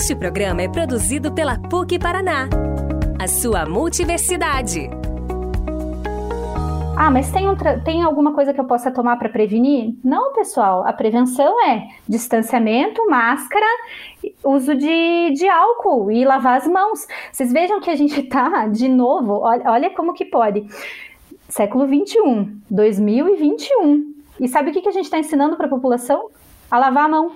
Este programa é produzido pela PUC Paraná, a sua multiversidade. Mas tem alguma coisa que eu possa tomar para prevenir? Não, pessoal. A prevenção é distanciamento, máscara, uso de álcool e lavar as mãos. Vocês vejam que a gente está, de novo, olha como que pode. Século 21, 2021. E sabe o que a gente está ensinando para a população? A lavar a mão.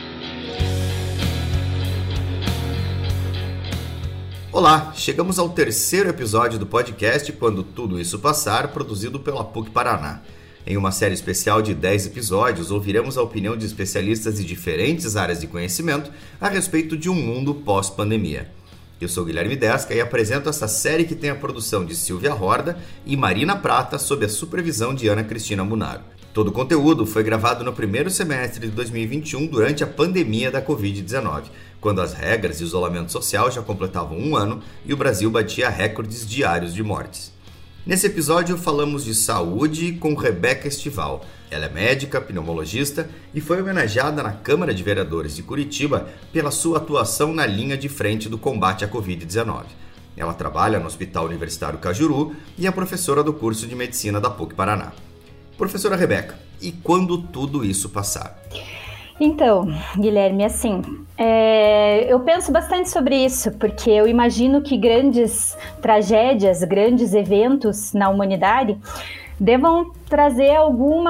Olá, chegamos ao terceiro episódio do podcast Quando Tudo Isso Passar, produzido pela PUC Paraná. Em uma série especial de 10 episódios, ouviremos a opinião de especialistas de diferentes áreas de conhecimento a respeito de um mundo pós-pandemia. Eu sou Guilherme Desca e apresento essa série que tem a produção de Silvia Horda e Marina Prata sob a supervisão de Ana Cristina Munaro. Todo o conteúdo foi gravado no primeiro semestre de 2021 durante a pandemia da Covid-19, quando as regras de isolamento social já completavam 1 ano e o Brasil batia recordes diários de mortes. Nesse episódio falamos de saúde com Rebeca Estival. Ela é médica, pneumologista e foi homenageada na Câmara de Vereadores de Curitiba pela sua atuação na linha de frente do combate à Covid-19. Ela trabalha no Hospital Universitário Cajuru e é professora do curso de Medicina da PUC Paraná. Professora Rebeca, e quando tudo isso passar? Então, Guilherme, assim, eu penso bastante sobre isso, porque eu imagino que grandes tragédias, grandes eventos na humanidade devam trazer algum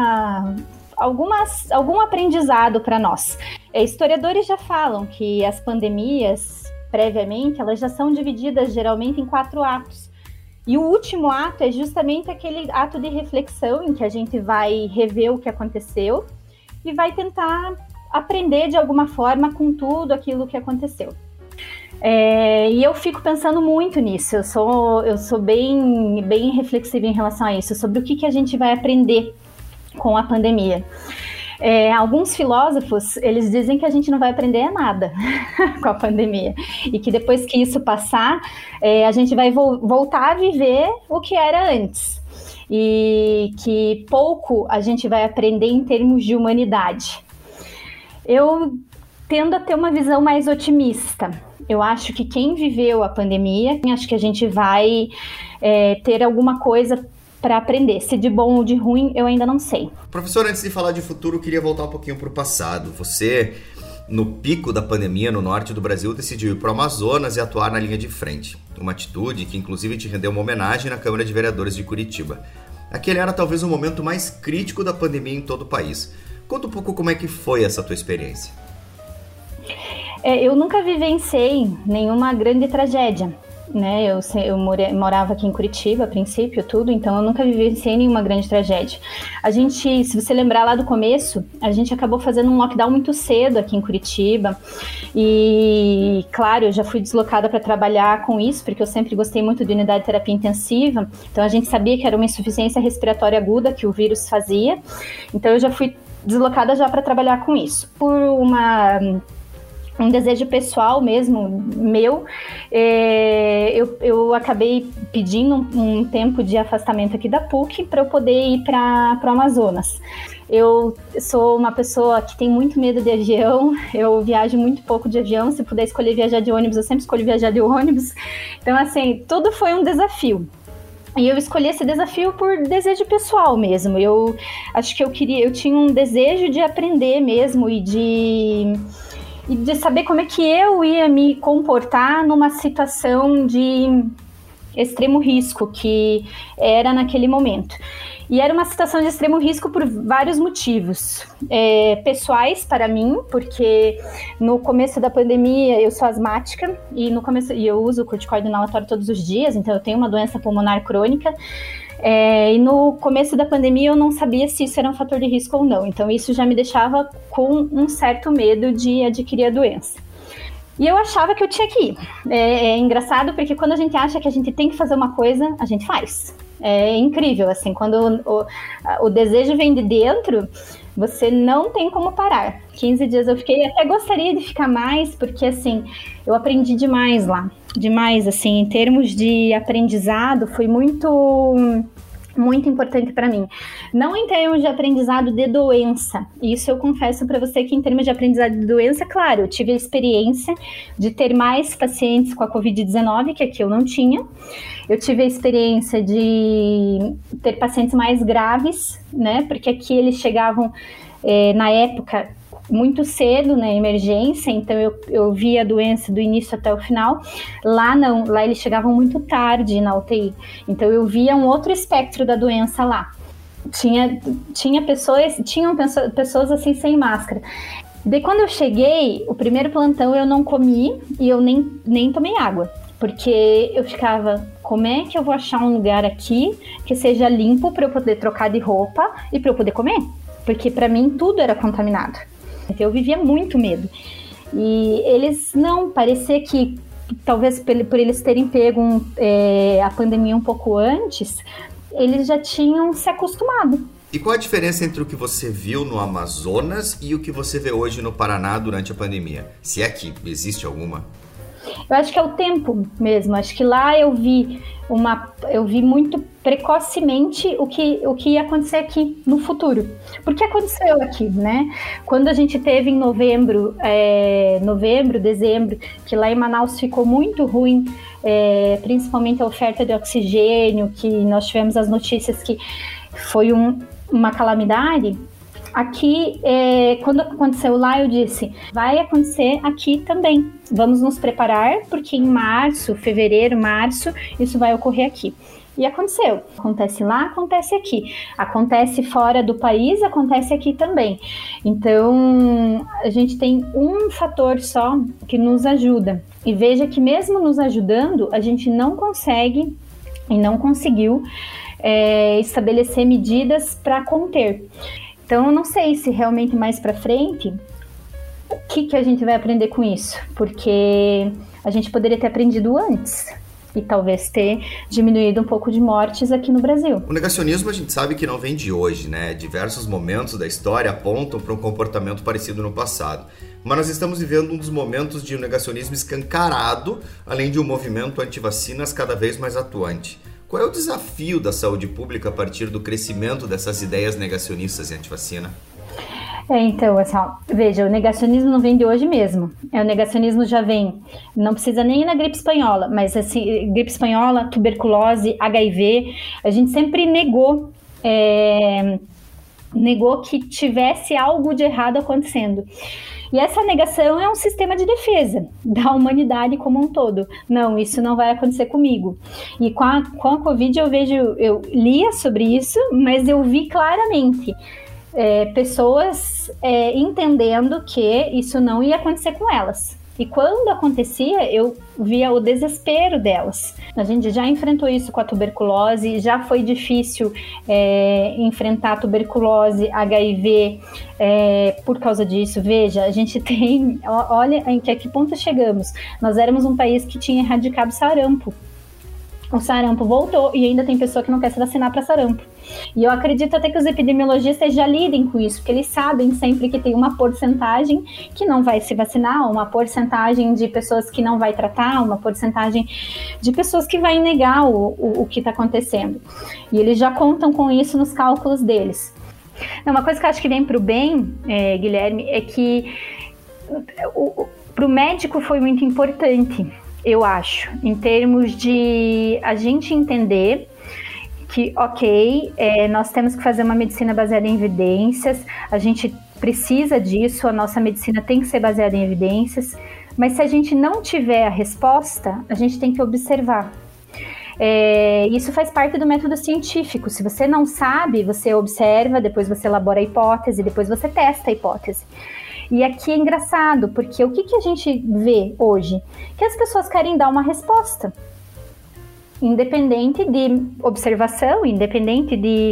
aprendizado para nós. Historiadores já falam que as pandemias, previamente, elas já são divididas geralmente em 4 atos. E o último ato é justamente aquele ato de reflexão em que a gente vai rever o que aconteceu e vai tentar aprender de alguma forma com tudo aquilo que aconteceu. E eu fico pensando muito nisso, eu sou bem reflexiva em relação a isso, sobre o que a gente vai aprender com a pandemia. Alguns filósofos, eles dizem que a gente não vai aprender nada com a pandemia e que depois que isso passar, a gente vai voltar a viver o que era antes e que pouco a gente vai aprender em termos de humanidade. Eu tendo a ter uma visão mais otimista. Eu acho que quem viveu a pandemia, acho que a gente vai ter alguma coisa para aprender. Se de bom ou de ruim, eu ainda não sei. Professor, antes de falar de futuro, eu queria voltar um pouquinho para o passado. Você, no pico da pandemia no norte do Brasil, decidiu ir para o Amazonas e atuar na linha de frente. Uma atitude que, inclusive, te rendeu uma homenagem na Câmara de Vereadores de Curitiba. Aquele era talvez o momento mais crítico da pandemia em todo o país. Conta um pouco como é que foi essa tua experiência. Eu nunca vivenciei nenhuma grande tragédia. Eu morava aqui em Curitiba, a princípio, tudo, então eu nunca vivenciei nenhuma grande tragédia. A gente, se você lembrar lá do começo, a gente acabou fazendo um lockdown muito cedo aqui em Curitiba e, claro, eu já fui deslocada para trabalhar com isso, porque eu sempre gostei muito de unidade de terapia intensiva, então a gente sabia que era uma insuficiência respiratória aguda que o vírus fazia, então eu já fui deslocada já para trabalhar com isso. Por um desejo pessoal mesmo, meu, eu acabei pedindo um tempo de afastamento aqui da PUC para eu poder ir para o Amazonas. Eu sou uma pessoa que tem muito medo de avião, eu viajo muito pouco de avião, se puder escolher viajar de ônibus, eu sempre escolho viajar de ônibus. Então, assim, tudo foi um desafio. E eu escolhi esse desafio por desejo pessoal mesmo. Eu acho que eu tinha um desejo de aprender mesmo e de saber como é que eu ia me comportar numa situação de extremo risco que era naquele momento. E era uma situação de extremo risco por vários motivos. Pessoais para mim, porque no começo da pandemia eu sou asmática e eu uso corticoide inalatório todos os dias, então eu tenho uma doença pulmonar crônica. E no começo da pandemia eu não sabia se isso era um fator de risco ou não, então isso já me deixava com um certo medo de adquirir a doença. E eu achava que eu tinha que ir. É engraçado porque quando a gente acha que a gente tem que fazer uma coisa, a gente faz. É incrível, assim, quando o desejo vem de dentro, você não tem como parar. 15 dias eu fiquei, até gostaria de ficar mais, porque, assim, eu aprendi demais lá. Demais, assim, em termos de aprendizado, foi muito muito importante para mim. Não em termos de aprendizado de doença. Isso eu confesso para você que em termos de aprendizado de doença, claro, eu tive a experiência de ter mais pacientes com a Covid-19, que aqui eu não tinha. Eu tive a experiência de ter pacientes mais graves, né? Porque aqui eles chegavam, na época, muito cedo na emergência, então eu via a doença do início até o final. Lá não, lá eles chegavam muito tarde na UTI, então eu via um outro espectro da doença lá. Tinham pessoas assim sem máscara. Daí quando eu cheguei, o primeiro plantão eu não comi e eu nem tomei água, porque eu ficava, como é que eu vou achar um lugar aqui que seja limpo para eu poder trocar de roupa e para eu poder comer? Porque para mim tudo era contaminado. Então eu vivia muito medo. E eles não, parecia que talvez por eles terem pego a pandemia um pouco antes, eles já tinham se acostumado. E qual a diferença entre o que você viu no Amazonas e o que você vê hoje no Paraná durante a pandemia? Se é que existe alguma? Eu acho que é o tempo mesmo. Acho que lá eu vi muito precocemente o que ia acontecer aqui no futuro. Porque aconteceu aqui, né? Quando a gente teve em novembro, dezembro, que lá em Manaus ficou muito ruim, principalmente a oferta de oxigênio, que nós tivemos as notícias que foi uma calamidade. Aqui, quando aconteceu lá, eu disse, vai acontecer aqui também. Vamos nos preparar, porque em fevereiro, março, isso vai ocorrer aqui. E aconteceu. Acontece lá, acontece aqui. Acontece fora do país, acontece aqui também. Então, a gente tem um fator só que nos ajuda. E veja que mesmo nos ajudando, a gente não consegue e não conseguiu estabelecer medidas para conter. Então, eu não sei se realmente mais para frente, o que a gente vai aprender com isso? Porque a gente poderia ter aprendido antes e talvez ter diminuído um pouco de mortes aqui no Brasil. O negacionismo a gente sabe que não vem de hoje, né? Diversos momentos da história apontam para um comportamento parecido no passado. Mas nós estamos vivendo um dos momentos de um negacionismo escancarado, além de um movimento anti-vacinas cada vez mais atuante. Qual é o desafio da saúde pública a partir do crescimento dessas ideias negacionistas e antivacina? Então, assim, veja, o negacionismo não vem de hoje mesmo. O negacionismo já vem, não precisa nem ir na gripe espanhola, mas assim, gripe espanhola, tuberculose, HIV, a gente sempre negou que tivesse algo de errado acontecendo. E essa negação é um sistema de defesa da humanidade como um todo. Não, isso não vai acontecer comigo. E com a Covid eu lia sobre isso, mas eu vi claramente pessoas entendendo que isso não ia acontecer com elas. E quando acontecia, eu via o desespero delas. A gente já enfrentou isso com a tuberculose, já foi difícil enfrentar a tuberculose, HIV, por causa disso. Veja, a gente tem... Olha em que ponto chegamos. Nós éramos um país que tinha erradicado sarampo. O sarampo voltou e ainda tem pessoa que não quer se vacinar para sarampo. E eu acredito até que os epidemiologistas já lidem com isso, porque eles sabem sempre que tem uma porcentagem que não vai se vacinar, uma porcentagem de pessoas que não vai tratar, uma porcentagem de pessoas que vai negar o que está acontecendo. E eles já contam com isso nos cálculos deles. Uma coisa que eu acho que vem para o bem, Guilherme, é que para o médico foi muito importante, eu acho, em termos de a gente entender que, nós temos que fazer uma medicina baseada em evidências, a gente precisa disso, a nossa medicina tem que ser baseada em evidências, mas se a gente não tiver a resposta, a gente tem que observar. Isso faz parte do método científico. Se você não sabe, você observa, depois você elabora a hipótese, depois você testa a hipótese. E aqui é engraçado, porque o que a gente vê hoje? Que as pessoas querem dar uma resposta, independente de observação, independente de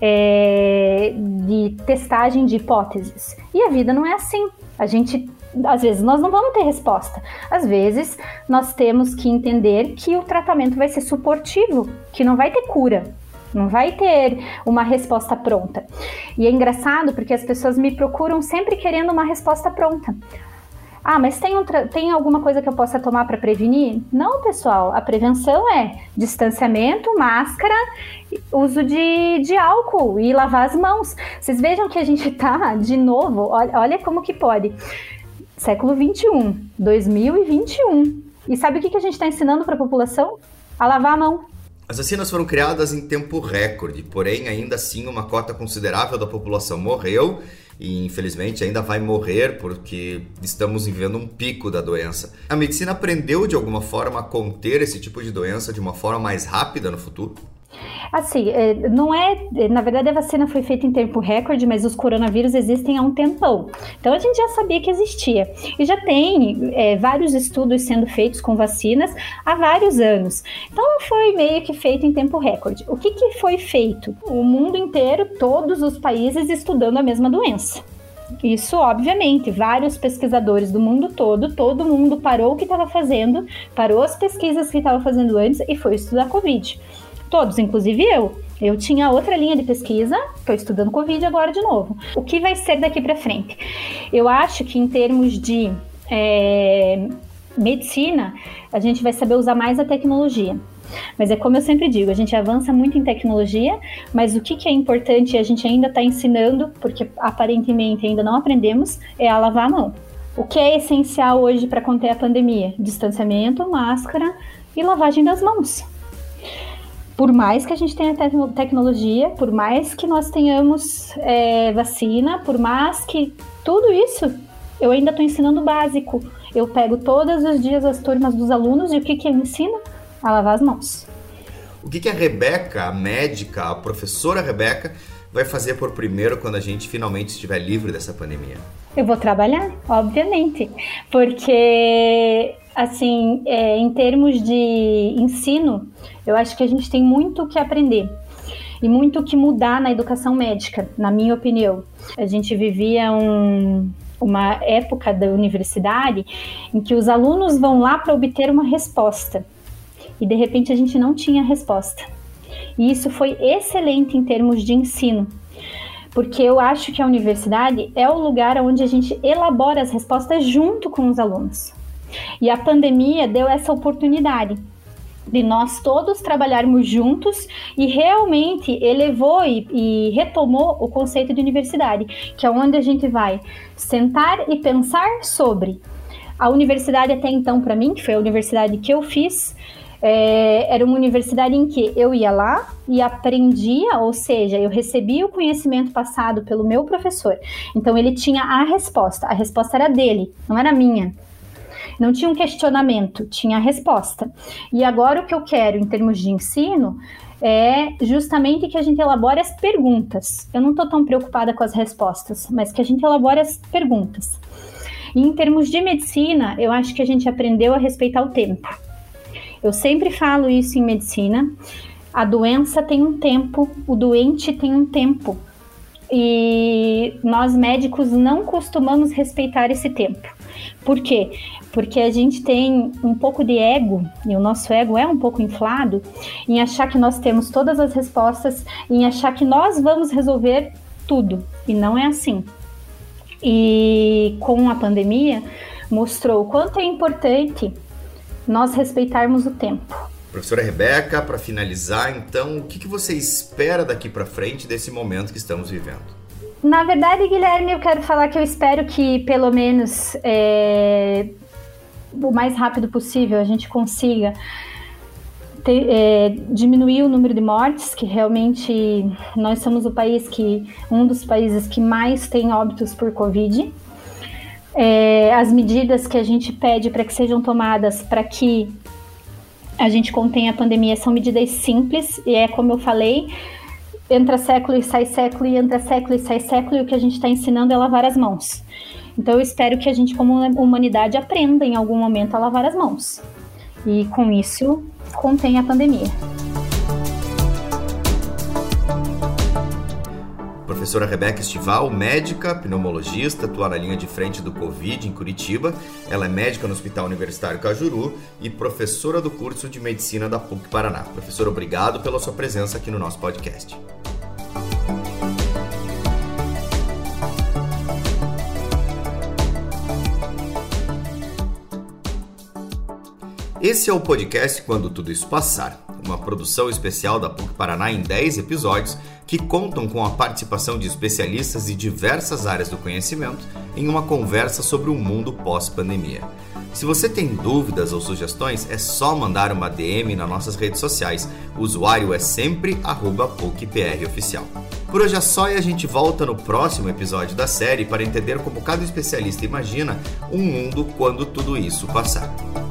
testagem de hipóteses. E a vida não é assim. Às vezes nós não vamos ter resposta. Às vezes nós temos que entender que o tratamento vai ser suportivo, que não vai ter cura. Não vai ter uma resposta pronta. E é engraçado porque as pessoas me procuram sempre querendo uma resposta pronta. Ah, mas tem alguma coisa que eu possa tomar para prevenir? Não, pessoal. A prevenção é distanciamento, máscara, uso de álcool e lavar as mãos. Vocês vejam que a gente tá, de novo, olha como que pode. Século 21, 2021. E sabe o que a gente está ensinando para a população? A lavar a mão. As vacinas foram criadas em tempo recorde, porém, ainda assim, uma cota considerável da população morreu e, infelizmente, ainda vai morrer porque estamos vivendo um pico da doença. A medicina aprendeu, de alguma forma, a conter esse tipo de doença de uma forma mais rápida no futuro? Assim, não é... Na verdade, a vacina foi feita em tempo recorde, mas os coronavírus existem há um tempão. Então, a gente já sabia que existia. E já tem vários estudos sendo feitos com vacinas há vários anos. Então, foi meio que feito em tempo recorde. O que foi feito? O mundo inteiro, todos os países estudando a mesma doença. Isso, obviamente, vários pesquisadores do mundo todo mundo parou o que estava fazendo, parou as pesquisas que estava fazendo antes e foi estudar a Covid. Todos, inclusive eu. Eu tinha outra linha de pesquisa, estou estudando Covid agora de novo. O que vai ser daqui para frente? Eu acho que em termos de medicina, a gente vai saber usar mais a tecnologia. Mas é como eu sempre digo, a gente avança muito em tecnologia, mas o que é importante e a gente ainda está ensinando, porque aparentemente ainda não aprendemos, é a lavar a mão. O que é essencial hoje para conter a pandemia? Distanciamento, máscara e lavagem das mãos. Por mais que a gente tenha tecnologia, por mais que nós tenhamos vacina, por mais que tudo isso, eu ainda estou ensinando o básico. Eu pego todos os dias as turmas dos alunos e o que eu ensino? A lavar as mãos. O que a Rebeca, a médica, a professora Rebeca, vai fazer por primeiro quando a gente finalmente estiver livre dessa pandemia? Eu vou trabalhar, obviamente, porque... Assim, em termos de ensino, eu acho que a gente tem muito o que aprender e muito o que mudar na educação médica, na minha opinião. A gente vivia uma época da universidade em que os alunos vão lá para obter uma resposta e, de repente, a gente não tinha resposta. E isso foi excelente em termos de ensino, porque eu acho que a universidade é o lugar onde a gente elabora as respostas junto com os alunos. E a pandemia deu essa oportunidade de nós todos trabalharmos juntos e realmente elevou e retomou o conceito de universidade, que é onde a gente vai sentar e pensar sobre. A universidade até então, para mim, que foi a universidade que eu fiz, era uma universidade em que eu ia lá e aprendia, ou seja, eu recebia o conhecimento passado pelo meu professor. Então ele tinha a resposta era dele, não era minha. Não tinha um questionamento, tinha a resposta. E agora o que eu quero em termos de ensino é justamente que a gente elabore as perguntas. Eu não estou tão preocupada com as respostas, mas que a gente elabore as perguntas. E em termos de medicina, eu acho que a gente aprendeu a respeitar o tempo. Eu sempre falo isso em medicina. A doença tem um tempo, o doente tem um tempo. E nós médicos não costumamos respeitar esse tempo. Por quê? Porque a gente tem um pouco de ego, e o nosso ego é um pouco inflado, em achar que nós temos todas as respostas, em achar que nós vamos resolver tudo, e não é assim. E com a pandemia, mostrou o quanto é importante nós respeitarmos o tempo. Professora Rebeca, para finalizar, então, o que você espera daqui para frente desse momento que estamos vivendo? Na verdade, Guilherme, eu quero falar que eu espero que, pelo menos, o mais rápido possível, a gente consiga diminuir o número de mortes, que realmente nós somos um dos países que mais tem óbitos por Covid. As medidas que a gente pede para que sejam tomadas para que a gente contenha a pandemia são medidas simples, e como eu falei, entra século e sai século, e entra século e sai século, e o que a gente está ensinando é lavar as mãos. Então eu espero que a gente, como humanidade, aprenda em algum momento a lavar as mãos. E com isso, contenha a pandemia. Professora Rebeca Estival, médica, pneumologista, atua na linha de frente do Covid em Curitiba. Ela é médica no Hospital Universitário Cajuru e professora do curso de Medicina da PUC Paraná. Professora, obrigado pela sua presença aqui no nosso podcast. Esse é o podcast Quando Tudo Isso Passar, uma produção especial da PUC Paraná em 10 episódios que contam com a participação de especialistas de diversas áreas do conhecimento em uma conversa sobre o mundo pós-pandemia. Se você tem dúvidas ou sugestões, é só mandar uma DM nas nossas redes sociais. O usuário é sempre @PUCPROficial. Por hoje é só e a gente volta no próximo episódio da série para entender como cada especialista imagina um mundo quando tudo isso passar.